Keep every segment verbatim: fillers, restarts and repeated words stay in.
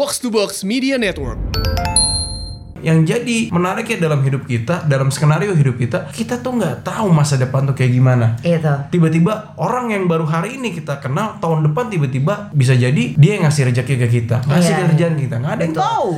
Box to Box Media Network. Yang jadi menariknya dalam hidup kita, dalam skenario hidup kita, kita tuh nggak tahu masa depan tuh kayak gimana. Itu. Tiba-tiba orang yang baru hari ini kita kenal, tahun depan tiba-tiba bisa jadi dia yang ngasih rezeki ke kita, ngasih Iya. kerjaan kita, nggak ada yang Betul. tahu.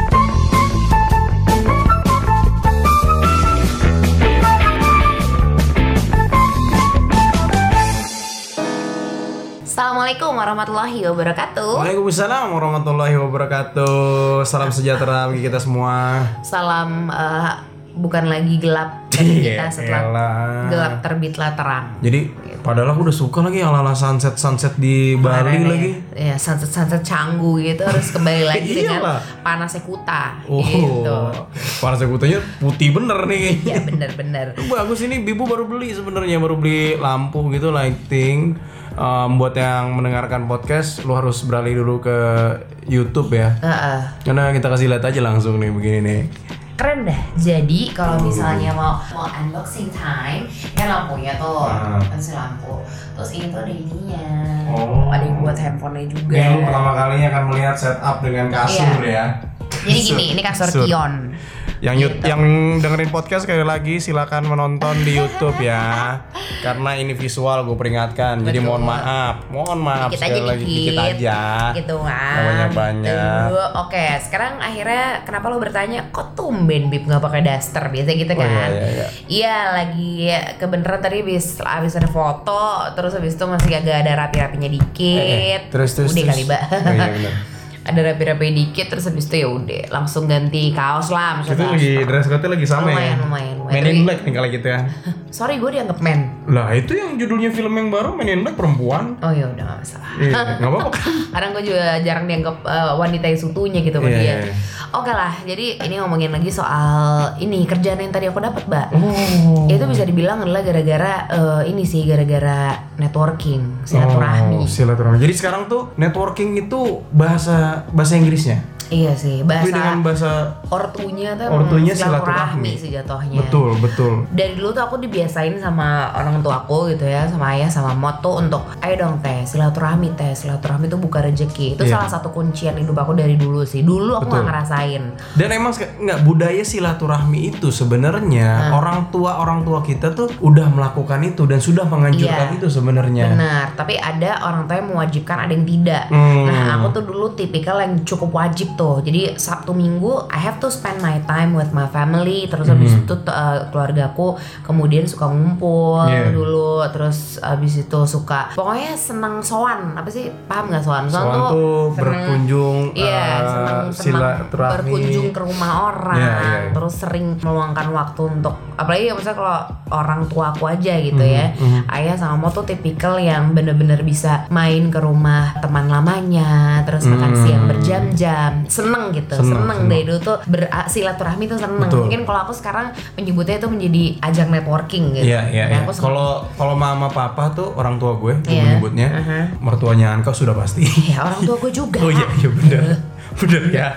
Assalamualaikum warahmatullahi wabarakatuh. Waalaikumsalam warahmatullahi wabarakatuh. Salam sejahtera bagi kita semua. Salam eh, bukan lagi gelap bagi kita Iya, setelah elah. gelap terbitlah terang. Jadi padahal aku udah suka lagi ala-ala sunset-sunset di Bali Kemarin lagi. Ya, ya sunset-sunset Canggu gitu harus kembali lagi dengan Iyalah. panasnya Kuta. Oh, Gitu. panasnya kutanya putih bener nih. Ya bener-bener. Bagus ini Bibu baru beli sebenarnya baru beli lampu gitu lighting. Um, buat yang mendengarkan podcast, lu harus beralih dulu ke YouTube ya. Heeh. Karena kita kasih lihat aja langsung nih begini nih. Keren dah. Jadi kalau misalnya mau mau unboxing time, kan lampunya tuh, Ah. kan si lampu. Terus ini tuh ada ininya. Oh. Ada yang buat handphonenya juga. Ini lu pertama kalinya akan melihat setup dengan kasur Iya. ya. Jadi gini, ini kasur Kasur. Kion. Yang Gitu. yang dengerin podcast sekali lagi silakan menonton di YouTube ya. Karena ini visual gue peringatkan. Jadi Betul. mohon maaf, mohon maaf Dikit sekali aja lagi dikit. dikit aja. Gitu kan. Nggak banyak-banyak. Gitu. Oke, sekarang akhirnya kenapa lo bertanya kok tumben Bib nggak pakai daster biasa gitu Oh, kan? iya, iya, iya. Iya, lagi kebeneran tadi habis habis ada foto, terus habis itu masih agak ada rapi-rapinya dikit. Eh, eh, terus terus Udah terus. kali, Mbak. Oh, iya benar. Ada rapi-rapi dikit terus habis itu ya udah langsung ganti kaos lah Kita misalnya. lagi dress code lagi sama Lumayan, ya. lumayan, lumayan. Men in Tapi- Black nih kalau gitu ya. Sorry, gue dianggap men. Lah itu yang judulnya film yang baru Men in Black perempuan. Oh ya udah nggak masalah. Iya, nggak apa-apa kan? Kadang gue juga jarang dianggap uh, wanita yang seutuhnya gitu sama Iya, dia. iya, iya. Oke lah, jadi ini ngomongin lagi soal ini kerjaan yang tadi aku dapat, Mbak. Oh. Itu bisa dibilang adalah gara-gara uh, ini sih gara-gara networking, silaturahmi. Oh, silaturahmi. Jadi sekarang tuh networking itu bahasa bahasa Inggrisnya. Iya sih, Tapi bahasa dengan bahasa ortunya tuh ortunya silaturahmi silaturahmi. sih jatuhnya. Betul, betul. Dari dulu tuh aku dibiasain sama orang tua aku gitu ya, sama ayah sama mot tuh untuk ayo dong teh silaturahmi teh silaturahmi tuh buka rezeki. Itu Iya. salah satu kuncian hidup aku dari dulu sih. Dulu aku Betul. nggak ngerasain. Dan emang sek- nggak budaya silaturahmi itu sebenarnya Hmm. orang tua orang tua kita tuh udah melakukan itu dan sudah menganjurkan Iya. itu sebenarnya. Benar, tapi ada orang tua yang mewajibkan, ada yang tidak. Hmm. Nah, aku tuh dulu tipikal yang cukup wajib tuh. Jadi Sabtu Minggu I have to spend my time with my family. Terus habis Hmm. itu uh, keluargaku kemudian suka ngumpul Yeah. dulu. Terus habis itu suka pokoknya seneng sowan. Apa sih? Paham nggak sowan? Soal tuh seneng- berkunjung Iya, eh, seneng, seneng silaturahmi. berkunjung ke rumah orang, Iya, iya, iya. terus sering meluangkan waktu untuk, apalagi ya misalnya kalau orang tua aku aja gitu Mhm, ya, mhm. ayah sama mo tuh tipikal yang bener-bener bisa main ke rumah teman lamanya, terus makan Hmm. siang berjam-jam, seneng gitu, Seneng, seneng, seneng. dari dulu tuh ber- silaturahmi tuh seneng. Betul. Mungkin kalau aku sekarang menyebutnya itu menjadi ajang networking gitu. Iya, iya, Nah, iya. aku seneng. Kalau kalau mama papa tuh orang tua gue, gue Iya. menyebutnya Aha. mertuanya Anka sudah pasti. Iya, orang tua gue juga. Oh iya, iya benar. Benar ya.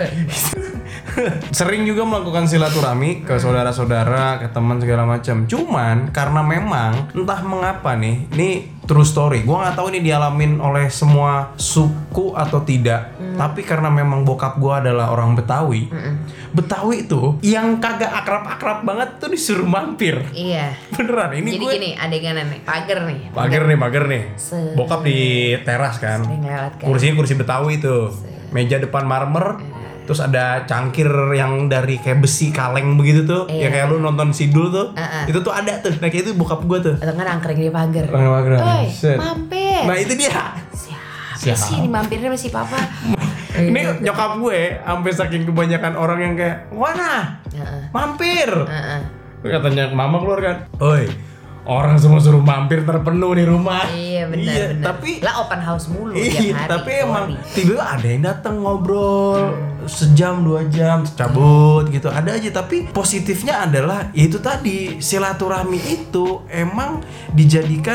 Sering juga melakukan silaturahmi ke saudara-saudara, ke teman segala macam. Cuman karena memang entah mengapa nih, ini true story. Gua nggak tahu ini dialamin oleh semua suku atau tidak. Tapi karena memang bokap gua adalah orang Betawi. Betawi itu yang kagak akrab-akrab banget tuh disuruh mampir. Iya. Beneran ini Jadi gue gini, adeganan nih, pagar nih. pagar nih, pagar nih. Se- Bokap di teras kan. Sering lewat kan. Kursinya kursi Betawi tuh. Meja depan marmer. Terus ada cangkir yang dari kayak besi kaleng begitu tuh. Iya. Ya kayak lu nonton Sidul tuh. Uh-uh. Itu tuh ada tuh. Nah kayak itu bokap gua tuh. Atau kan angkring di pagar. Pagar. Oi, Set. mampir. Nah itu dia. Siapa Siapa? sih ini mampirnya sama si papa? Ini nyokap gue sampai saking kebanyakan orang yang kayak, "Wana, Heeh. mampir." Heeh. Katanya mama keluar kan. Oi, orang semua suruh mampir terpenuh di rumah. Iya benar Iya, benar. tapi lah open house mulu Iya, tiap hari. tapi emang sorry. tiba-tiba ada yang datang ngobrol sejam dua jam cabut gitu, ada aja. Tapi positifnya adalah itu tadi silaturahmi itu emang dijadikan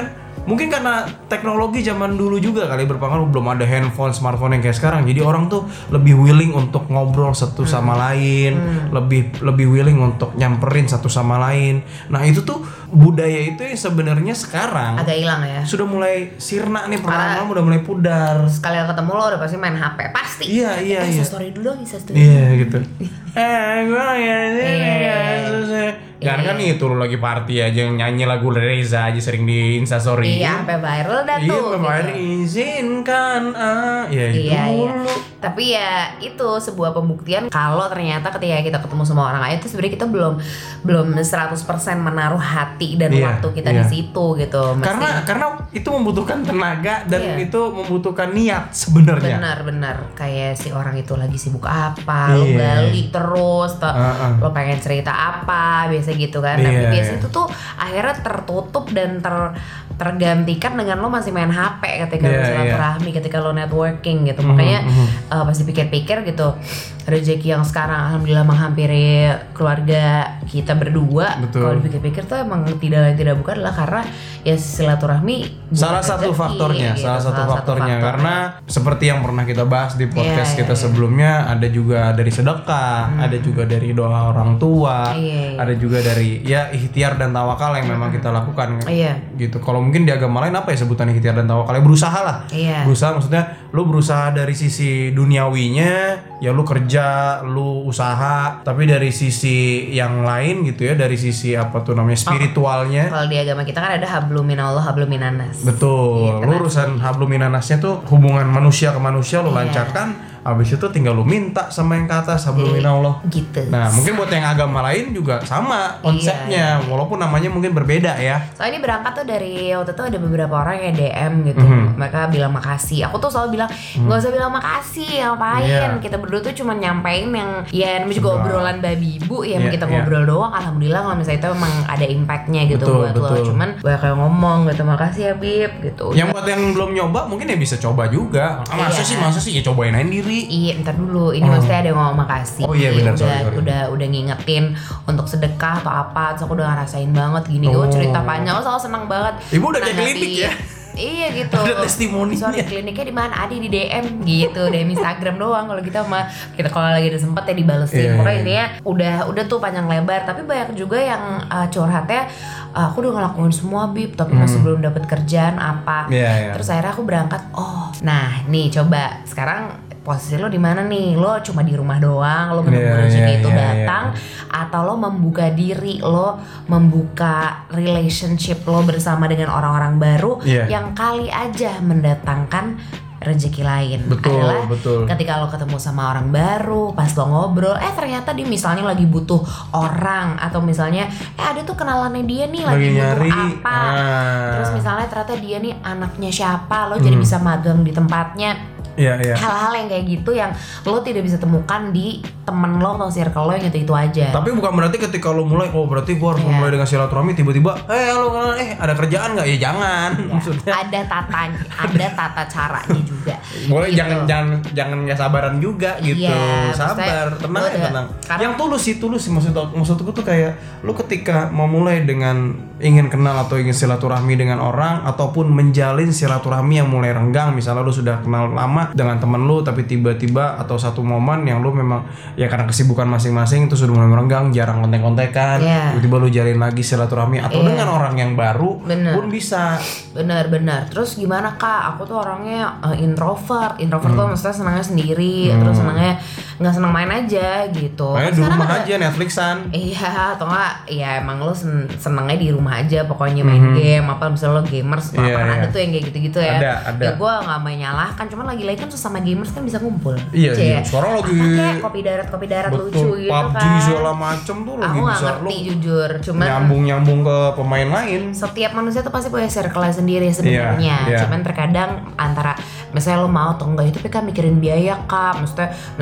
Mungkin karena teknologi zaman dulu juga kali berpengaruh, belum ada handphone, smartphone yang kayak sekarang. Jadi orang tuh lebih willing untuk ngobrol satu Hmm. sama lain, Hmm. lebih lebih willing untuk nyamperin satu sama lain. Nah, itu tuh budaya itu yang sebenarnya sekarang Agak hilang ya. sudah mulai sirna nih, Karena- perlahan-lahan udah mulai pudar. Sekali ketemu lo udah pasti main H P. Pasti. Iya, iya, eh, iya. story dulu dong, Insta story. Iya gitu. Eh, gue lagi Iya. Jangan kan itu lu lagi party aja nyanyi lagu Reza aja sering di Instastory. Iya, sampai viral dah Iya, tuh. kemarin gitu. izinkan ah, ya itu Iya, iya. mulu. Tapi ya itu sebuah pembuktian kalau ternyata ketika kita ketemu sama orang lain itu sebenarnya kita belum belum seratus persen menaruh hati dan Iya, waktu kita iya. di situ gitu. Mesti- Karena karena itu membutuhkan tenaga dan Iya. itu membutuhkan niat sebenarnya. benar-benar kayak si orang itu lagi sibuk apa, lo Iya. balik terus, te- Uh-uh. lo pengen cerita apa, biasa gitu kan. Tapi Iya, biasa iya. itu tuh akhirnya tertutup dan ter tergantikan dengan lo masih main H P ketika lo Iya, silaturahmi, ketika lo networking gitu. Mhm, Makanya mhm. uh, pas dipikir-pikir gitu, rezeki yang sekarang alhamdulillah menghampiri keluarga kita berdua. Betul. Kalau dipikir-pikir tuh emang tidak lain tidak bukan adalah karena ya silaturahmi bukan Salah satu rezeki, faktornya, gitu. salah satu faktornya karena seperti yang pernah kita bahas di podcast Iya, kita iya, iya. sebelumnya, ada juga dari sedekah, ada juga dari doa orang tua, Iya, iya. ada juga dari ya ikhtiar dan tawakal yang memang kita lakukan. Iya. Gitu. Kalau mungkin di agama lain apa ya sebutan ikhtiar dan tawakal? Ya berusaha lah. Iya. Berusaha maksudnya lu berusaha dari sisi duniawinya, ya lu kerja, lu usaha, tapi dari sisi yang lain gitu ya, dari sisi apa tuh namanya spiritualnya. Kalau di agama kita kan ada hablum minallah hablum minanas. Betul, Iya, lu urusan hablum minanasnya tuh hubungan manusia ke manusia lu Iya. lancarkan, habis itu tinggal lu minta sama yang ke atas hablum Iya, minallah. gitu. Nah, mungkin buat yang agama lain juga sama konsepnya, Iya. walaupun namanya mungkin berbeda ya. Soalnya ini berangkat tuh dari waktu itu ada beberapa orang yang D M gitu, Mhm. mereka bilang makasih. Aku tuh selalu bilang nggak usah bilang makasih, ngapain? Iya. Kita berdua tuh cuma nyampein yang ya namanya juga Enggak. obrolan babi ibu ya, Iya, kita iya. ngobrol doang. Alhamdulillah kalau misalnya itu emang ada impactnya gitu Betul, buat betul. lo. Cuman gue kayak ngomong gitu, makasih ya Bib gitu. Yang buat yang belum nyoba mungkin ya bisa coba juga. Ah, masa Iya. sih, masa sih ya cobain aja diri. Iya, ntar dulu. Ini Oh. maksudnya ada yang ngomong makasih. Oh iya, benar, udah, sorry, sorry. udah udah ngingetin untuk sedekah atau apa. Terus aku udah ngerasain banget gini. Gue Oh. cerita panjang, aku selalu senang banget. Ibu udah kayak Nanggapi- klinik ya? Iya gitu. Ada testimoninya. Sorry, kliniknya di mana? Ada di D M gitu, D M Instagram doang. Kalau kita mah kita kalau lagi ada sempet ya dibalesin. Iya, Pokoknya iya. intinya udah udah tuh panjang lebar. Tapi banyak juga yang uh, curhatnya, "Ah, aku udah ngelakuin semua Bib, tapi masih belum dapat kerjaan apa." Iya, iya. Terus akhirnya aku berangkat. Oh, nah nih coba sekarang posisi lo di mana nih? Lo cuma di rumah doang, lo menunggu Iya, rezeki iya, itu iya, datang, atau lo membuka diri, lo membuka relationship lo bersama dengan orang-orang baru Iya. yang kali aja mendatangkan rezeki lain. Betul, Adalah betul. ketika lo ketemu sama orang baru, pas lo ngobrol, eh ternyata dia misalnya lagi butuh orang, atau misalnya eh ada tuh kenalannya dia nih lagi, Lagi butuh nyari. apa. Ah. Terus misalnya ternyata dia nih anaknya siapa, lo jadi Hmm. bisa magang di tempatnya. Iya, iya. Hal-hal yang kayak gitu yang lo tidak bisa temukan di temen lo atau circle lo yang itu-itu aja. Tapi bukan berarti ketika lo mulai, oh berarti gua harus Iya. mulai dengan silaturahmi, tiba-tiba, eh lo kenalan, eh ada kerjaan nggak? Ya jangan, maksudnya. ada tata ada tata caranya juga. Boleh Gitu. jangan jangan jangan nggak sabaran juga gitu. Iya, Sabar, maksudnya tenang lo ya udah- tenang. karena- Yang tulus sih tulus sih maksud maksudku tuh kayak lo ketika mau mulai dengan ingin kenal atau ingin silaturahmi dengan orang ataupun menjalin silaturahmi yang mulai renggang, misalnya lo sudah kenal lama dengan temen lo tapi tiba-tiba atau satu momen yang lo memang ya karena kesibukan masing-masing itu sudah mulai merenggang, jarang kontek-kontekan, Iya. tiba-tiba lo jalin lagi silaturahmi atau Iya. dengan orang yang baru Bener. pun bisa. Benar-benar. Terus gimana Kak? Aku tuh orangnya uh, introvert. Introvert Hmm. tuh maksudnya senangnya sendiri, terus senangnya nggak senang main aja gitu. Makanya di Sekarang rumah ada- aja Netflixan. Iya, atau enggak ya emang lo sen senengnya di rumah aja pokoknya main game apa misalnya lo gamers apa Mhm. Iya, kan iya. ada tuh yang kayak gitu-gitu ya. Ada, ada. Ya gue nggak menyalahkan, cuman lagi-lagi kan sesama gamers kan bisa ngumpul. Iya, Cie, iya. Sekarang lagi- apa kayak kopi darat kopi darat lucu Betul, gitu P U B G kan. segala macem tuh lagi Aku nggak bisa ngerti lo jujur, cuman nyambung-nyambung ke pemain lain. setiap manusia tuh pasti punya circle sendiri sebenarnya. Iya, iya. Cuman terkadang antara misalnya lo mau atau enggak itu tapi kan mikirin biaya Kak. Maksudnya nanti kalau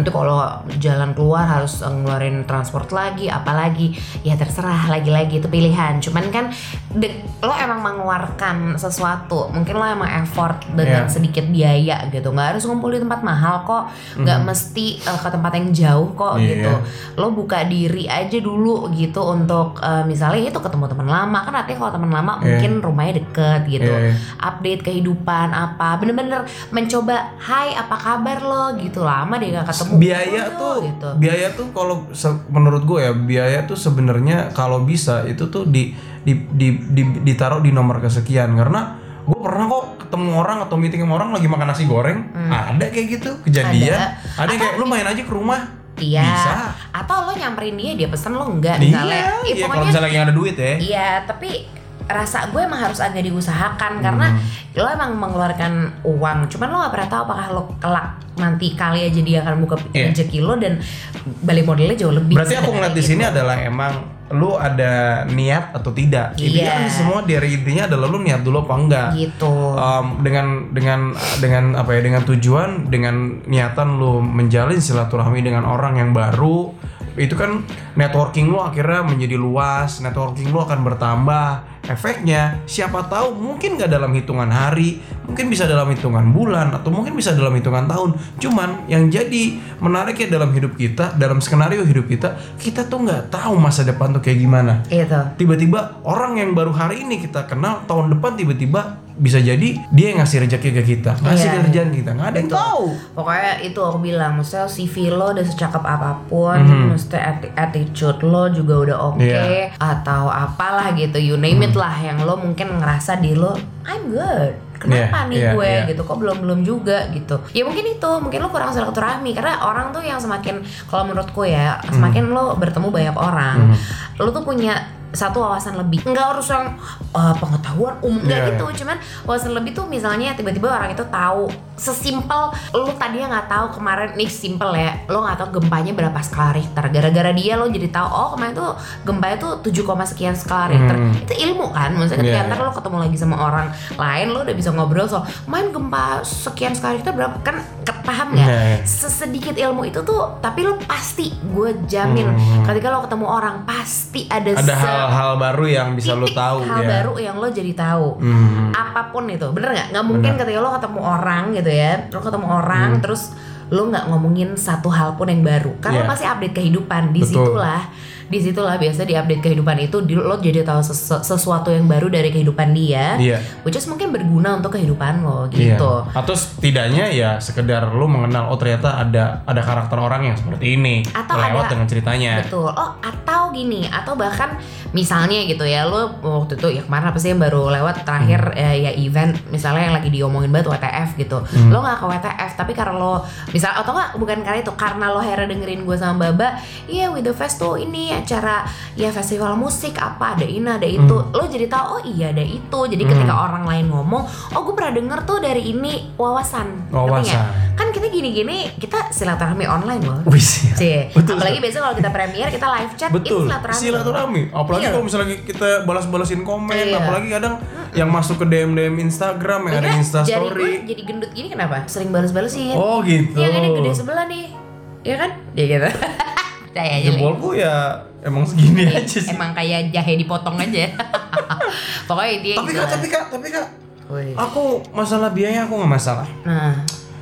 lo jalan keluar harus ngeluarin transport lagi, apalagi ya terserah, lagi-lagi itu pilihan. Cuman kan de- lo emang mengeluarkan sesuatu, mungkin lo emang effort dengan Yeah. sedikit biaya gitu. Nggak harus ngumpul di tempat mahal kok, nggak Mhm. mesti uh, ke tempat yang jauh kok Iya. gitu. Lo buka diri aja dulu gitu untuk uh, misalnya itu ketemu teman lama, kan artinya kalau teman lama Iya. mungkin rumahnya deket gitu. Iya, iya. Update kehidupan apa, bener-bener mencoba, hai apa kabar lo gitu, lama deh gak ketemu. Biaya Oh, tuh gitu. biaya tuh kalau se- menurut gue ya, biaya tuh sebenarnya kalau bisa itu tuh di, di, di, di- ditaruh di nomor kesekian. Karena gue pernah kok ketemu orang atau meeting sama orang lagi makan nasi goreng, ada kayak gitu kejadian. Ada. Ada, yang kayak lu main aja ke rumah. Iya. Bisa. Atau lo nyamperin dia, dia pesen lo enggak Iya, misalnya. Ih, iya kalau pokoknya misalnya lagi nggak ada duit ya. iya, tapi rasa gue emang harus agak diusahakan karena Hmm. lo emang mengeluarkan uang, cuman lo gak pernah tahu apakah lo kelak nanti kali aja dia akan buka Iya. rezeki lo dan balik modalnya jauh lebih. Berarti aku sebenarnya ngeliat di gitu. sini adalah emang lu ada niat atau tidak. Intinya Iya. semua dari intinya adalah lu niat dulu apa enggak. gitu. Um, dengan dengan dengan apa ya, dengan tujuan, dengan niatan lu menjalin silaturahmi dengan orang yang baru, itu kan networking lu akhirnya menjadi luas, networking lu akan bertambah. Efeknya siapa tahu mungkin gak dalam hitungan hari, mungkin bisa dalam hitungan bulan, atau mungkin bisa dalam hitungan tahun. Cuman yang jadi menariknya dalam hidup kita, dalam skenario hidup kita, kita tuh nggak tahu masa depan tuh kayak gimana. Itu. Tiba-tiba orang yang baru hari ini kita kenal, tahun depan tiba-tiba bisa jadi dia yang ngasih rezeki ke kita, ngasih Iya. kerjaan kita, nggak ada yang Betul. tahu. Pokoknya itu aku bilang, maksudnya C V lo udah secakep apapun, Mhm. maksudnya atti- attitude lo juga udah oke, Iya. atau apalah gitu, you name it lah, yang lo mungkin ngerasa di lo, I'm good. Kenapa Iya, nih iya, gue iya. gitu, kok belum belum juga gitu. Ya mungkin itu, mungkin lo kurang silaturahmi karena orang tuh yang semakin, kalau menurutku ya, semakin lo bertemu banyak orang, lo tuh punya satu wawasan lebih, nggak harus yang uh, pengetahuan umum nggak Iya, gitu, cuman wawasan lebih tuh misalnya tiba-tiba orang itu tahu sesimpel lo tadinya nggak tahu kemarin nih, simple ya, lo nggak tahu gempanya berapa skala Richter, gara-gara dia lo jadi tahu oh kemarin tuh gempanya tuh tujuh koma sekian skala Richter. Hmm. Itu ilmu kan, maksudnya ketika Iya, ntar iya. lo ketemu lagi sama orang lain, lo udah bisa ngobrol soal main gempa sekian skala Richter berapa, kan ke- paham nggak? Iya, iya. Sesedikit ilmu itu tuh, tapi lo pasti, gue jamin Hmm. ketika lo ketemu orang pasti ada Ada se- hal-hal baru yang bisa lo titik tahu hal ya. baru yang lo jadi tahu. Hmm. Apapun itu, bener nggak? Nggak mungkin Bener. ketika lo ketemu orang gitu ya, lo ketemu orang Hmm. terus lo nggak ngomongin satu hal pun yang baru, kan lo Iya. pasti update kehidupan. Di Betul. situlah, di situlah biasa di update kehidupan itu di- lo jadi tahu sesu- sesuatu yang baru dari kehidupan dia, Iya. which is mungkin berguna untuk kehidupan lo Iya. gitu. Atau setidaknya ya sekedar lu mengenal oh ternyata ada ada karakter orang yang seperti ini Atau lewat ada- dengan ceritanya. Betul. Oh, atau gini, atau bahkan misalnya gitu ya, lo waktu itu ya kemarin apa sih yang baru lewat terakhir Hmm. eh, ya event misalnya yang lagi diomongin banget W T F gitu. Hmm. Lo nggak ke W T F tapi karena lo misal atau nggak, bukan karena itu, karena lo akhirnya dengerin gue sama Baba, iya With The Fest tuh ini acara ya festival musik apa, ada ini ada itu. Hmm. Lo jadi tahu oh iya ada itu. Jadi ketika Hmm. orang lain ngomong, oh gue pernah denger tuh dari ini, wawasan. Ngerti Wawasan. nggak? Kan kita gini-gini kita silaturahmi online loh. Wis. Cie. Betul, Apalagi Ustaz. biasanya kalau kita premiere kita live chat, Betul. itu silaturahmi. Silaturahmi. Apalagi Iya. kalau misalnya kita balas-balasin komen, Iya. apalagi kadang yang masuk ke D M D M Instagram yang ada Makanya Insta jari gue story. jadi gendut gini kenapa? Sering balas-balasin. Oh gitu. Yang ini gede sebelah nih. Iya kan? Ya gitu. Saya aja. Li. Jempolku ya emang segini aja sih. Emang kayak jahe dipotong aja. Pokoknya intinya Tapi gitu kak, lah. tapi kak, tapi kak, Wih. aku masalah biaya aku nggak masalah. Nah,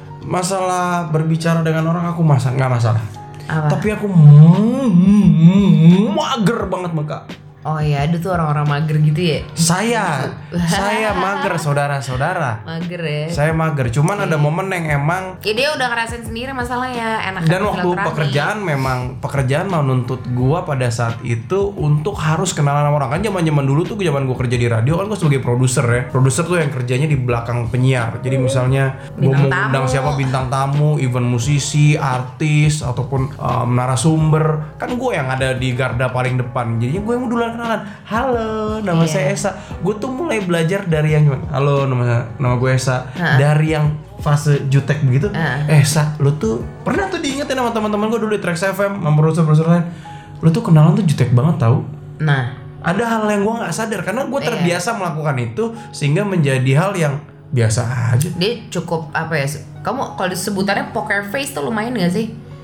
Masalah berbicara dengan orang aku masa nggak masalah. apa? Tapi aku mm, mager banget Mbak Kak. Oh iya, ada tuh orang-orang mager gitu ya. Saya, saya mager saudara-saudara. Mager ya. Saya mager. Cuman ada momen yang emang Ya dia udah ngerasain sendiri masalahnya, enak dan kan waktu silaturahmi. pekerjaan memang pekerjaan menuntut gua pada saat itu untuk harus kenalan sama orang. Kan zaman-zaman dulu tuh zaman gua kerja di radio kan gua sebagai produser ya. Produser tuh yang kerjanya di belakang penyiar. Jadi misalnya gua Bintang mau undang tamu. siapa bintang tamu, even musisi, artis ataupun um, narasumber, kan gua yang ada di garda paling depan. Jadinya gua yang duluan kenalan. Halo, nama Iya. saya Esa. Gua tuh mulai belajar dari yang gimana? Halo, nama nama gue Esa. Ha. Dari yang fase jutek begitu. Ha. Eh Sa, lu tuh pernah tuh diingetin sama teman-teman gue dulu di Trax F M, sama produser-produser lain. Lu tuh kenalan tuh jutek banget tau. Nah, Ada hal yang gue nggak sadar karena gue Iya. terbiasa melakukan itu sehingga menjadi hal yang biasa aja. dia cukup apa ya? Kamu kalau disebutannya poker face tuh lumayan gak sih?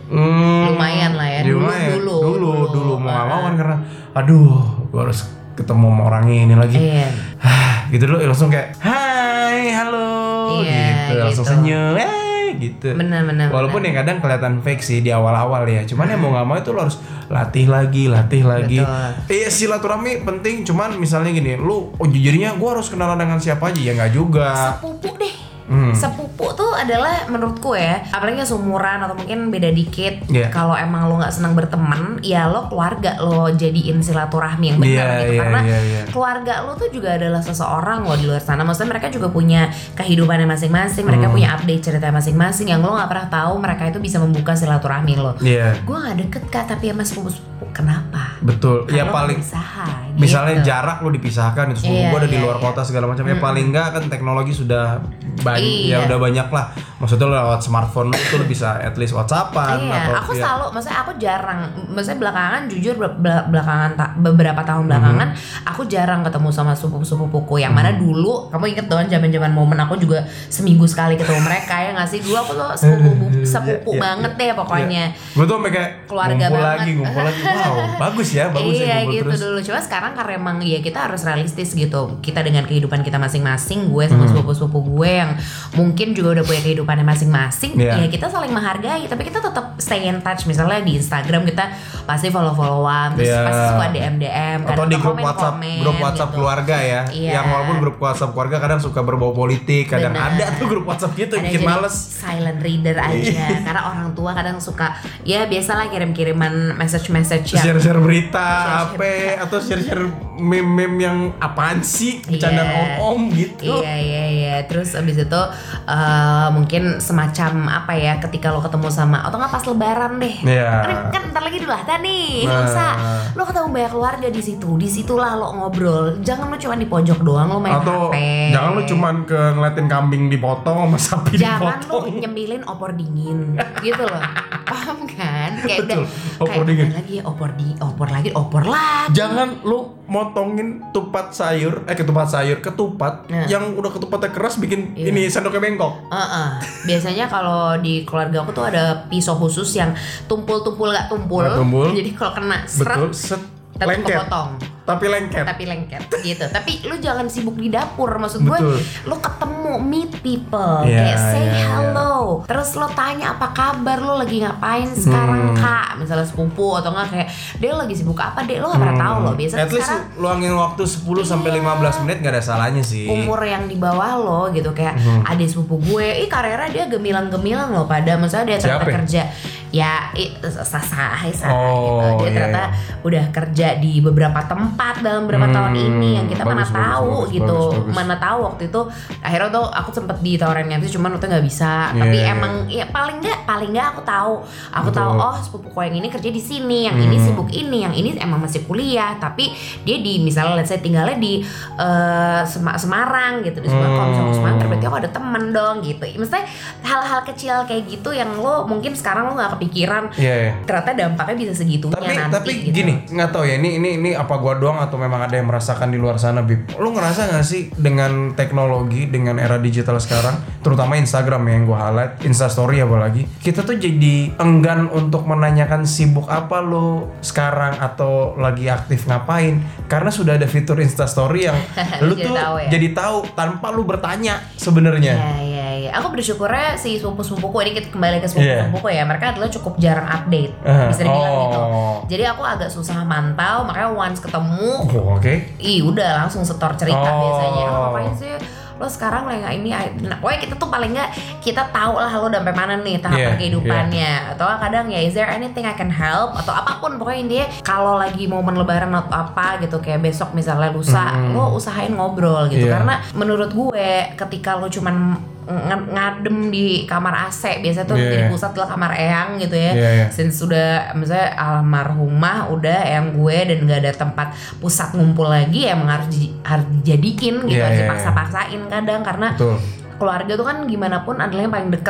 Hmm, lumayan lah ya. Dulu lumayan. dulu dulu dulu, dulu mau nggak uh, mau kan karena aduh gue harus ketemu sama orang ini lagi. Iya. Gitu dulu langsung kayak hai halo Iya, gitu langsung gitu. senyum eh gitu. Benar-benar. Walaupun ya kadang kelihatan fake sih di awal-awal ya. Cuman ya mau nggak mau itu lo harus latih lagi, latih lagi. Iya silaturahmi penting. Cuman misalnya gini, lu oh jadinya gue harus kenalan dengan siapa aja ya nggak juga. Sepupu deh. Hmm. Sepupu tuh adalah menurutku ya, apalagi yang seumuran atau mungkin beda dikit. Yeah. Kalau emang lo nggak senang berteman, ya lo keluarga lo jadiin silaturahmi yang benar Yeah, gitu. yeah, Karena yeah, yeah. keluarga lo tuh juga adalah seseorang lo di luar sana. Maksudnya mereka juga punya kehidupannya masing-masing. Mereka Hmm. punya update cerita masing-masing yang lo nggak pernah tahu. Mereka itu bisa membuka silaturahmi lo. Iya. Gue nggak deket kak, tapi sama sepupu-sepupu. Kenapa? Betul. Karena Ya lo paling berusaha, misalnya gitu. jarak lo dipisahkan itu sepupu Iya, gue ada di iya, luar iya. kota segala macam ya paling enggak kan teknologi sudah banyak Iya. ya udah banyak lah maksudnya lo lewat smartphone lo tuh lo bisa at least whatsappan Iya, atau aku ya. selalu, maksudnya aku jarang, maksudnya belakangan jujur bel- bel- belakangan ta- beberapa tahun belakangan aku jarang ketemu sama sepupu-sepupuku yang mana dulu kamu inget dong zaman-zaman momen aku juga seminggu sekali ketemu mereka ya nggak sih dulu aku tuh sepupu sepupu Iya, banget deh pokoknya. gue tuh sampai kayak Keluarga ngumpul banget. lagi ngumpul lagi wow bagus ya bagus Iya ya ngumpul gitu terus dulu. Cuma sekarang karena emang ya kita harus realistis gitu. Kita dengan kehidupan kita masing-masing, gue sama sepupu-sepupu gue yang mungkin juga udah punya kehidupannya masing-masing. Iya. Ya kita saling menghargai, tapi kita tetap stay in touch. Misalnya di Instagram kita pasti follow-followan, terus Iya. pasti suka D M D M, atau kadang di grup komen-komen WhatsApp grup WhatsApp gitu. keluarga ya Iya. yang walaupun grup WhatsApp keluarga kadang suka berbau politik kadang Bener. ada tuh grup WhatsApp gitu Ada bikin jadi males. silent reader aja karena orang tua kadang suka ya biasalah kirim-kiriman message-message yang Share-share berita Share-share apa atau share-share meme-meme yang apaan sih bercandaan Iya. om-om gitu. Iya iya iya. Terus abis itu uh, mungkin semacam apa ya ketika lo ketemu sama atau nggak pas lebaran deh. Iya. Kan, kan ntar lagi dulu lah nih. Nah. Masa lo ketemu banyak keluarga di situ. Disitulah lo ngobrol. Jangan lo cuma di pojok doang lo main Atau H P. jangan lu cuman ke ngeliatin kambing dipotong sama sapi Jangan lo dipotong. nyemilin opor dingin gitu loh. Paham kan? Kayak Betul, udah- opor kayak dingin. apa lagi ya opor di opor lagi opor lagi. Jangan lu motongin tupat sayur, eh ketupat sayur, ketupat Nah. yang udah ketupatnya keras bikin Iya. ini sendoknya bengkok. Heeh. Biasanya kalau di keluarga aku tuh ada pisau khusus yang tumpul-tumpul gak tumpul. Nggak tumpul. Jadi kalau kena seret Betul, set tetap lengket. kepotong. Tapi lengket. Tapi lengket gitu. Tapi lu jangan sibuk di dapur. Maksud gue, Betul. lu ketemu meet people, Iya, kayak say iya, iya. hello. Terus lo tanya apa kabar, lo lagi ngapain sekarang Hmm. kak? Misalnya sepupu atau enggak kayak dia lagi sibuk apa deh? Lo gak pernah tahu loh. Biasanya At least sekarang luangin waktu sepuluh sampai Iya. lima belas menit gak ada salahnya sih. umur yang di bawah lo gitu kayak Mhm. adik sepupu gue, ih karirnya dia gemilang-gemilang loh pada misalnya dia ternyata Siapa? kerja ya i- sasa sasa Oh, gitu dia iya, ternyata iya. udah kerja di beberapa tempat dalam beberapa tahun Hmm, ini yang kita mana bagus, bagus, tahu bagus, gitu bagus, bagus. mana tahu waktu itu akhirnya tuh aku sempet ditawarin M C cuman waktu nggak bisa Iya, tapi iya. emang ya paling nggak paling nggak aku tahu aku Betul. tahu oh sepupuku yang ini kerja di sini yang ini Hmm. sibuk ini yang ini emang masih kuliah tapi dia di misalnya let's say tinggalnya di eh, Sema- Semarang gitu di Semarang kalau misalnya ke Semarang berarti aku ada temen dong gitu maksudnya hal-hal kecil kayak gitu yang lo mungkin sekarang lo nggak kepikiran Iya, iya. ternyata dampaknya bisa segitunya Tapi nanti tapi gitu. gini, nggak tahu ya ini ini ini apa gua doang atau memang ada yang merasakan di luar sana, Bib. Lu ngerasa nggak sih dengan teknologi, dengan era digital sekarang, terutama Instagram ya yang gua highlight, Instastory apalagi, kita tuh jadi enggan untuk menanyakan sibuk apa lu sekarang atau lagi aktif ngapain karena sudah ada fitur Instastory yang lu Jadi tuh tahu ya? jadi tahu tanpa lu bertanya sebenarnya. Iya iya iya. Aku bersyukurnya si sepupu-sepupuku ini kita kembali ke sepupu-sepupuku ya. Mereka adalah cukup jarang update. Uh, Bisa dibilang oh. gitu. Jadi aku agak susah mantau, makanya once ketemu, Oh, oke. ih udah langsung setor cerita Oh. biasanya. Oh, ngapain sih? Lo sekarang lagi nggak ini, nah, pokoknya kita tuh paling nggak kita tahu lah lo udah sampai mana nih tahapan Yeah, kehidupannya. Atau kadang ya is there anything I can help atau apapun pokoknya intinya kalau lagi momen lebaran atau apa gitu kayak besok misalnya lusa Mm. lo usahain ngobrol gitu Yeah. karena menurut gue ketika lo cuman ng- ngadem di kamar A C biasa tuh Yeah. jadi pusat lah kamar eyang gitu ya. Yeah, yeah. Since sudah misalnya almarhumah udah eyang gue dan gak ada tempat pusat ngumpul lagi emang harus di, harus dijadiin gitu Yeah, harus yeah, dipaksa-paksain kadang karena Betul. keluarga tuh kan gimana pun adalah yang paling deket ya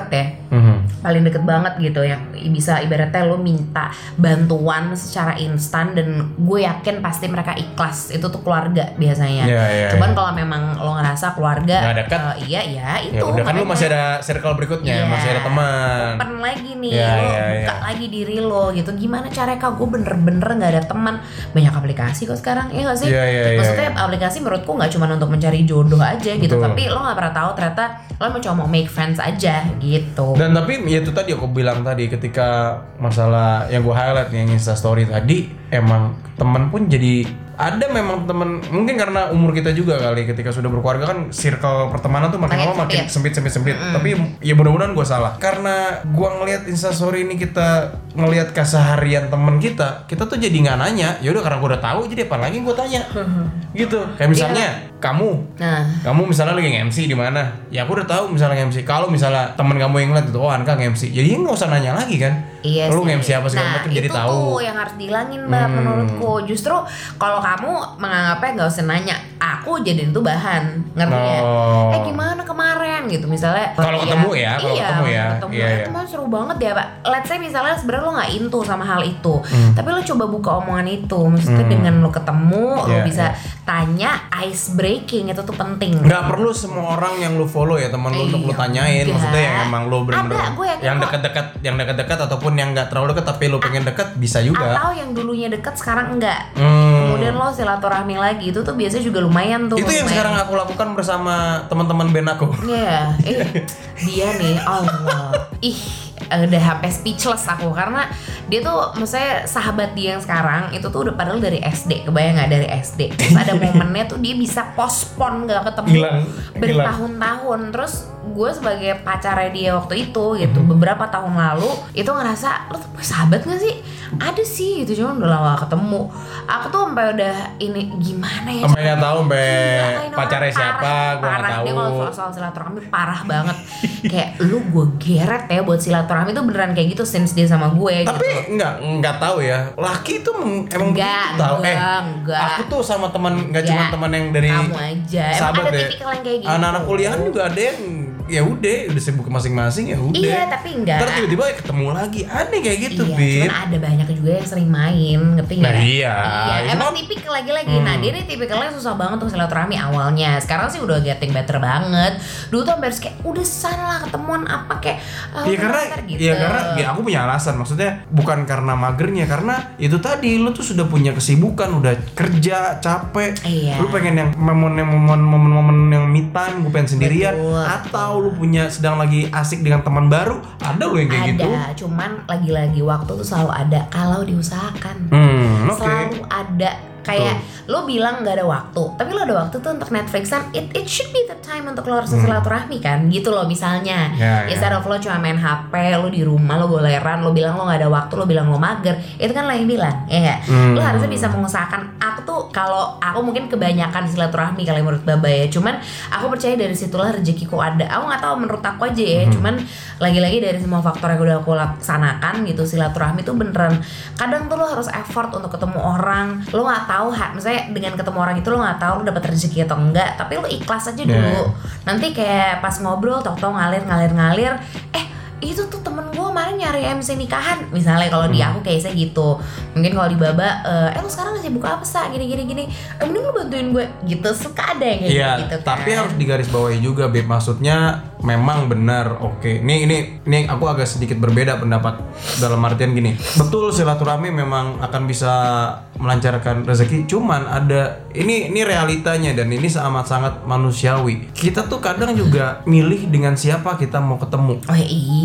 Mhm. paling deket banget gitu yang bisa ibaratnya lo minta bantuan secara instan dan gue yakin pasti mereka ikhlas. Itu tuh keluarga biasanya. Iya, iya, Cuman iya. kalau memang lo ngerasa keluarga Nggak dekat, eh, iya ya itu Ya udah kan lu makanya- masih ada circle berikutnya, Iya. masih ada teman. Open lagi nih, Iya, lo iya, buka iya. lagi diri lo gitu. Gimana caranya kak? Gue bener-bener nggak ada teman. Banyak aplikasi kok sekarang, ya nggak sih? Iya, iya, iya, Maksudnya iya. aplikasi menurutku nggak cuma untuk mencari jodoh aja gitu, Betul. tapi lo nggak pernah tahu ternyata lo mau cuma mau make friends aja gitu. Dan tapi ya itu tadi aku bilang tadi ketika masalah yang gue highlight nih, yang Insta story tadi, emang temen pun jadi ada memang temen, mungkin karena umur kita juga kali, ketika sudah berkeluarga kan circle pertemanan tuh makin Makin lama makin sempit. sempit sempit sempit. Tapi ya mudah-mudahan gue salah, karena gue ngelihat Instastory ini, kita ngelihat keseharian temen kita, kita tuh jadi nggak nanya. Ya udah karena gue udah tahu, jadi apa lagi gue tanya gitu. Kayak misalnya kamu Nah, kamu misalnya lagi nge-M C di mana, ya aku udah tahu misalnya nge-M C. Kalau misalnya temen kamu yang ngeliat itu, oh Anka nge-M C, jadi nggak usah nanya lagi kan. iya Lu sih. nge-M C apa segala nah, macam, jadi itu tahu. tuh yang harus dihilangin mbak Hmm. menurutku. Justru kalau kamu menganggapnya nggak usah nanya, aku jadiin itu bahan, ngerti ya? Oh. Eh gimana kemarin gitu misalnya. Kalau Iya, ketemu ya, kalau iya, ketemu ya. ketemu. Iya, Eh, iya. teman seru banget ya pak. Let's say misalnya sebenarnya lo nggak into sama hal itu, Hmm. tapi lo coba buka omongan itu, maksudnya Hmm. dengan lo ketemu, lo Iya, bisa iya. tanya, ice breaking itu tuh penting. Nggak perlu semua orang yang lu follow ya teman lu untuk lu Iya, tanyain, enggak. maksudnya yang emang lu bener-bener Ada, gue yakin yang kok. dekat-dekat, yang dekat-dekat ataupun yang nggak terlalu dekat tapi lu pengen dekat bisa juga. Atau yang dulunya deket sekarang enggak. Hmm. Kemudian lo silaturahmi lagi, itu tuh biasanya juga lumayan tuh. Itu yang lumayan. sekarang aku lakukan bersama teman-teman band aku. Iya, eh dia nih, Allah, ih udah sampai speechless aku karena dia tuh, maksudnya sahabat dia yang sekarang itu tuh udah padahal dari S D, kebayang nggak dari S D. Terus ada momennya tuh dia bisa postpone nggak ketemu Hilang, bertahun-tahun. Terus gue sebagai pacarnya dia waktu itu gitu, Mhm. beberapa tahun lalu itu ngerasa lo tuh sahabat nggak sih? Ada sih gitu, cuma udah lama gak ketemu. Aku tuh sampai udah ini gimana ya? Sampai nggak tahu sampai Gila, ini pacarnya orang siapa, parah, gua nggak parah. tahu. Dia kalau soal, soal silaturahmi parah banget. Kayak lu gue geret ya buat silaturahmi tuh beneran kayak gitu since dia sama gue. Tapi gitu. nggak nggak tahu ya, laki itu mem- emang Enggak, begitu tahu. Eh, enggak, enggak. aku tuh sama teman, nggak Enggak. cuma teman yang dari Kamu aja. Emang sahabat ada ya. tipikal yang kayak gitu. Anak-anak kuliahan juga ada yang ya udah udah sibuk masing-masing ya udah. Iya, tapi enggak. Ntar tiba-tiba ya ketemu lagi, aneh kayak gitu, Iya, Bib. cuman ada banyak juga yang sering main, ngerti Nah, nggak? iya. Iya, emang Cuma- tipikal lagi-lagi. Nah, Hmm. dia nih tipikalnya susah banget untuk silaturahmi awalnya. Sekarang sih udah getting better banget. Dulu tuh hampir kayak udah sana lah ketemuan apa kayak ah, Iya udah karena, ntar gitu. ya karena ya aku punya alasan, maksudnya bukan karena magernya, karena itu tadi lu tuh sudah punya kesibukan, udah kerja capek, Iya. lu pengen yang momen yang momen momen momen yang me time, gue pengen sendirian, Betul, atau lu punya sedang lagi asik dengan teman baru, ada lu yang kayak ada, gitu. cuman lagi-lagi waktu tuh selalu ada kalau diusahakan. Hmm, oke. Selalu ada. Kayak lo bilang gak ada waktu, tapi lo ada waktu tuh untuk Netflixan. It it should be the time untuk lo harus silaturahmi kan, gitu loh misalnya. Ya, ya. Instead of lo cuma main H P, lo di rumah, lo goleran, lo bilang lo gak ada waktu, lo bilang lo mager, itu kan lo yang bilang, ya nggak? Hmm. Lo harusnya bisa mengusahakan. Aku tuh kalau aku mungkin kebanyakan silaturahmi kali menurut Baba ya, cuman aku percaya dari situlah rezekiku ada. Aku nggak tahu menurut aku aja ya, Hmm. cuman lagi-lagi dari semua faktor yang udah aku laksanakan gitu, silaturahmi tuh beneran. Kadang tuh lo harus effort untuk ketemu orang, lo nggak tahu ha, misalnya dengan ketemu orang itu lo nggak tahu lo dapet rezeki atau enggak, tapi lo ikhlas aja dulu. Yeah. Nanti kayak pas ngobrol, tau-tau ngalir ngalir ngalir, eh itu tuh temen gue kemarin nyari M C nikahan misalnya. Kalau di aku kayak gitu. Mungkin kalau di Baba eh, eh lo sekarang sibuk apa sih gini gini gini, eh mending lo bantuin gue gitu. Suka ada yang kayak Iya, gitu kan. tapi harus digarisbawahi juga, Beb. Maksudnya memang benar, oke. Ini ini ini aku agak sedikit berbeda pendapat dalam artian gini. Betul silaturahmi memang akan bisa melancarkan rezeki, cuman ada ini ini realitanya dan ini sangat-sangat manusiawi. Kita tuh kadang juga milih dengan siapa kita mau ketemu. Oh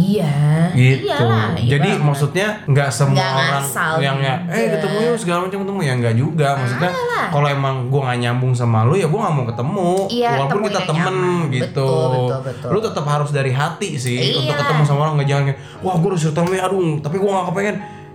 iya. Gitu. Iyalah, iya Jadi banget. maksudnya nggak semua Nggak orang ngasal yang ya juga. eh ketemu yuk segala macam ketemu ya nggak juga. Maksudnya Alah. kalau emang gue nggak nyambung sama lu ya gue nggak mau ketemu. Iya, Walaupun temuin kita yang temen nyaman. gitu. Betul, betul, betul. Lu tetap harus dari hati sih Iya. untuk ketemu sama orang, nggak jangan kayak, wah gue udah silaturahmi aduh tapi gue nggak kepengen.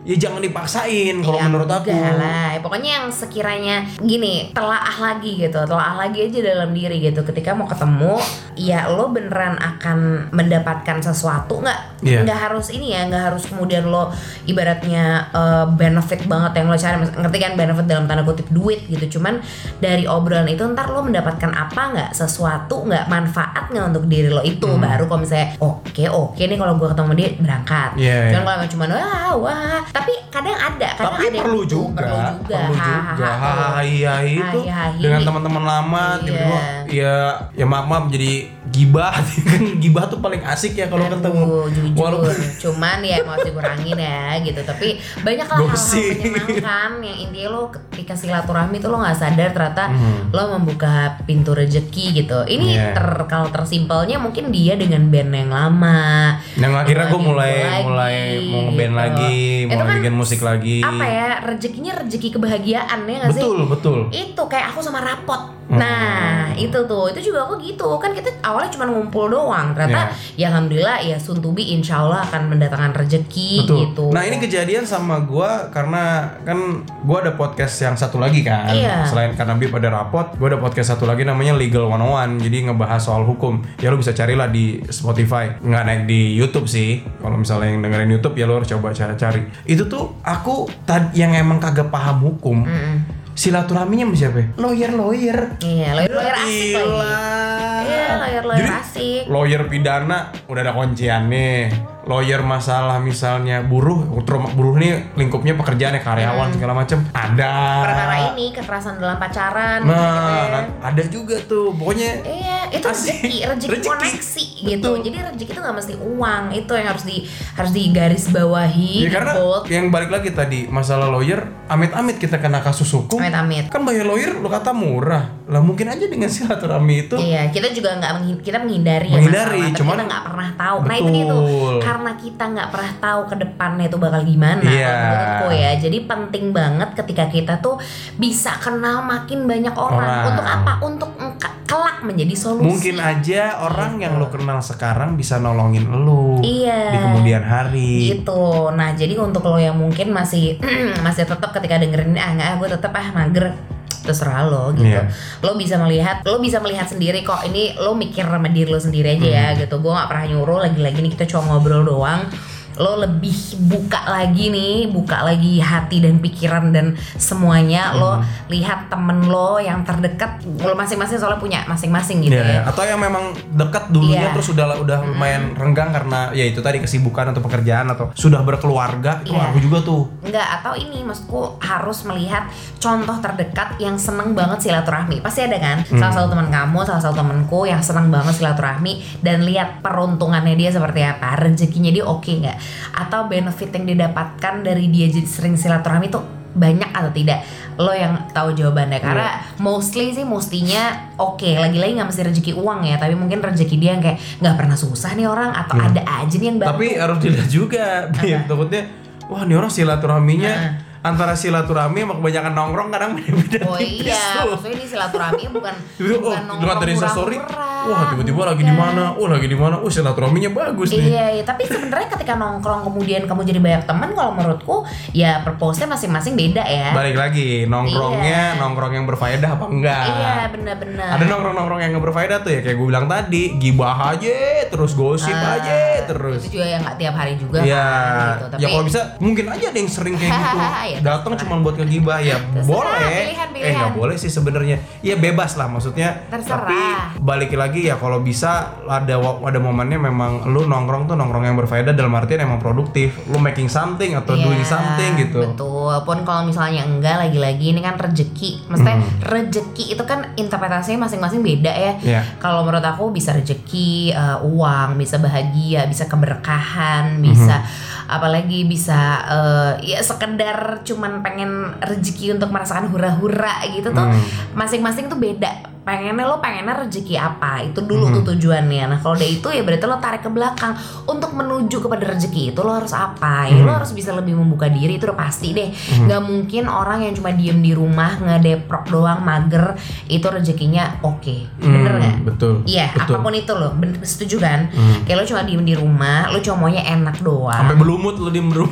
ya jangan dipaksain kalau ya, menurut aku. Lah. Pokoknya yang sekiranya gini, telaah lagi gitu, telaah lagi aja dalam diri gitu. Ketika mau ketemu, ya lo beneran akan mendapatkan sesuatu nggak? Yeah. Nggak harus ini ya, nggak harus kemudian lo ibaratnya uh, benefit banget yang lo cari. Ngerti kan benefit dalam tanda kutip duit gitu. Cuman dari obrolan itu ntar lo mendapatkan apa nggak? Sesuatu nggak, manfaat nggak untuk diri lo itu. Hmm. Baru kalau misalnya oke okay, oke okay nih kalau gue ketemu dia berangkat. Yeah, Cuman kalau cuma wah wah, tapi kadang ada, kadang tapi ada perlu yang juga, perlu juga, perlu juga. Hahaha itu dengan teman-teman lama, tiba-tiba ya ya maaf maaf jadi gibah. Kan gibah tuh paling asik ya kalau ketemu. Jujur, walaupun cuman ya mau dikurangin ya gitu. Tapi banyak lah hal-hal menyenangkan yang intinya lo ketika silaturahmi tuh lo nggak sadar ternyata hmm. lo membuka pintu rezeki gitu. Ini yeah. ter kalau tersimpelnya mungkin dia dengan band yang lama. Yang akhirnya gue mulai mulai mau ngeband gitu. Lagi, mau kan bikin musik lagi. Apa ya, rezekinya rezeki kebahagiaan ya nggak sih? Betul betul. Itu kayak aku sama Rapot. Nah hmm. itu tuh, itu juga aku gitu kan, kita awalnya cuma ngumpul doang, ternyata yeah. ya alhamdulillah ya soon to be insya Allah akan mendatangkan rezeki. Betul. Gitu. Nah ini kejadian sama gue karena kan gue ada podcast yang satu lagi kan, yeah. selain karena Bib ada Rapot, gue ada podcast satu lagi namanya Legal one oh one, jadi ngebahas soal hukum. Ya lo bisa carilah di Spotify, nggak naik di YouTube sih. Kalau misalnya yang dengerin YouTube ya lo harus coba cari. Itu tuh aku tad yang emang kagak paham hukum. Mm-mm. Silaturahminya sama siapa? Lawyer-lawyer. Iya, lawyer-lawyer asik lagi. Iya, lawyer-lawyer asik. Lawyer pidana udah ada kunciannya. Lawyer masalah misalnya buruh, buruh nih lingkupnya pekerjaannya karyawan hmm. segala macam. Ada. Perkara ini kekerasan dalam pacaran. Nah, gitu, ada juga tuh. Pokoknya iya, itu rezeki, rezeki koneksi gitu. Betul. Jadi rezeki itu nggak mesti uang. Itu yang harus di harus digarisbawahi. Ya karena bold. Yang balik lagi tadi masalah lawyer, amit-amit kita kena kasus hukum. Amit-amit. Kan bayar lawyer lo kata murah. Lah mungkin aja dengan silaturahmi itu. Iya, kita juga nggak menghindari, kita menghindari, menghindari ya masalah, cuman kita nggak pernah tahu. Betul. Nah itu gitu. Karena kita nggak pernah tahu ke depannya itu bakal gimana. Yeah. Menurutku ya. Jadi penting banget ketika kita tuh bisa kenal makin banyak orang. orang. Untuk apa? Untuk kelak menjadi solusi. Mungkin aja orang gitu. Yang lo kenal sekarang bisa nolongin lo. Iya. Di kemudian hari. Gitu. Nah jadi untuk lo yang mungkin masih masih tetap ketika dengerin ah nggak, gue tetap ah mager. Terserah lo gitu. Yeah. Lo bisa melihat, lo bisa melihat sendiri kok. Ini lo mikir sama diri lo sendiri aja ya hmm. gitu. Gue nggak pernah nyuruh. Lagi-lagi nih kita cuma ngobrol doang. Lo lebih buka lagi nih, buka lagi hati dan pikiran dan semuanya. Hmm. Lo lihat temen lo yang terdekat, lo masing-masing soalnya punya masing-masing gitu yeah, ya. Atau yang memang dekat dulunya yeah. terus udah udah hmm. lumayan renggang karena ya itu tadi kesibukan atau pekerjaan atau sudah berkeluarga. Itu yeah. aku juga tuh. Enggak, atau ini maksudku harus melihat contoh terdekat yang seneng banget silaturahmi. Pasti ada kan? Hmm. Salah satu teman kamu, salah satu temanku yang seneng banget silaturahmi dan lihat peruntungannya dia seperti apa, rezekinya dia oke okay nggak? Atau benefit yang didapatkan dari dia jadi sering silaturahmi itu banyak atau tidak, lo yang tahu jawabannya. Karena yeah. mostly sih mestinya oke okay, lagi-lagi nggak mesti rezeki uang ya, tapi mungkin rezeki dia yang kayak nggak pernah susah nih orang atau hmm. ada aja nih yang bantu. Tapi harus dilihat juga, Bim, takutnya wah nih orang silaturahminya uh-huh. antara silaturahmi sama kebanyakan nongkrong kadang beda-beda. Oh iya, maksudnya ini silaturahmi bukan bukan oh, nongkrong dari story. Wah, tiba-tiba lagi di mana? Oh, lagi di mana? Oh, silaturahminya bagus nih. Iya, iya, tapi sebenarnya ketika nongkrong kemudian kamu jadi banyak teman, kalau menurutku ya purpose-nya masing-masing beda ya. Balik lagi, nongkrongnya, iya. nongkrong yang berfaedah apa enggak? Iya, benar-benar. Ada nongkrong-nongkrong yang enggak berfaedah tuh ya, kayak gue bilang tadi, gibah aja, terus gosip uh, aja, terus. Itu juga yang enggak tiap hari juga ya, kan gitu. Tapi ya kalau bisa mungkin aja ada yang sering kayak gitu. Ya, datang cuma buat ngegibah ya terserah, boleh. Pilihan, pilihan. Eh enggak boleh sih sebenarnya. Ya bebas lah maksudnya. Terserah. Tapi balik lagi ya kalau bisa ada ada momennya memang lu nongkrong tuh nongkrong yang berfaedah dalam artian emang produktif, lu making something atau yeah, doing something gitu. Betul. Pun kalau misalnya enggak, lagi-lagi ini kan rezeki. Maksudnya hmm. rezeki itu kan interpretasinya masing-masing beda ya. Yeah. Kalau menurut aku bisa rezeki uh, uang, bisa bahagia, bisa keberkahan, bisa hmm. apalagi bisa uh, ya sekedar cuman pengen rezeki untuk merasakan hura-hura gitu tuh. Hmm. Masing-masing tuh beda. Pengennya lo pengennya rezeki apa, itu dulu hmm. tuh tujuannya. Nah kalau udah itu ya berarti lo tarik ke belakang untuk menuju kepada rezeki itu lo harus apa ya, hmm. lo harus bisa lebih membuka diri, itu udah pasti deh. hmm. Gak mungkin orang yang cuma diem di rumah ngedeprok doang mager itu rezekinya oke okay. Bener hmm, gak? Betul. Iya apapun itu lo setuju kan. hmm. Kayak lo cuma diem di rumah, lo cuma maunya enak doang sampai berlumut lo diem di rumah.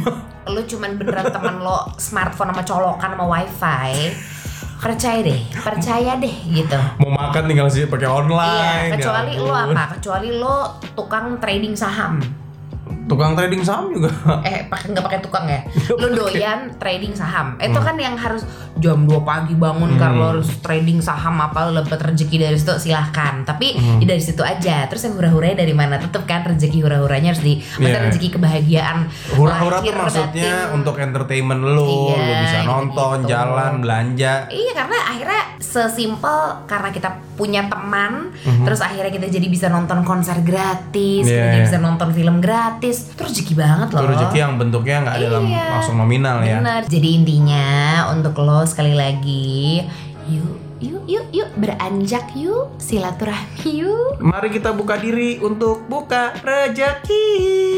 lu cuman beneran teman lo smartphone sama colokan sama wifi, percaya deh, percaya deh gitu. Mau makan tinggal sih pakai online. Iya, kecuali ya lo apa? Kecuali lo tukang trading saham. Tukang trading saham juga. Eh, pakai nggak pakai tukang ya? Lo doyan trading saham. Itu kan yang harus jam dua pagi bangun Hmm. karena lo harus trading saham apa lo dapat rezeki dari situ silahkan. Tapi Hmm. ya dari situ aja. Terus yang hura-huranya dari mana? Tetep kan rezeki hura-huranya harus di maksudnya Iya. rezeki kebahagiaan. Hura-hura tuh lahir, maksudnya batin. untuk entertainment lo, Iya, lo bisa gitu-gitu. nonton, jalan, belanja. Iya, karena akhirnya sesimpel karena kita punya teman, Mhm. terus akhirnya kita jadi bisa nonton konser gratis, Iya, kita iya. bisa nonton film gratis. Terus rezeki banget loh. Itu rezeki yang bentuknya nggak dalam Iya. langsung nominal ya. Benar. Jadi intinya untuk lo sekali lagi, yuk, yuk, yuk, yuk beranjak yuk, silaturahmi yuk. Mari kita buka diri untuk buka rezeki.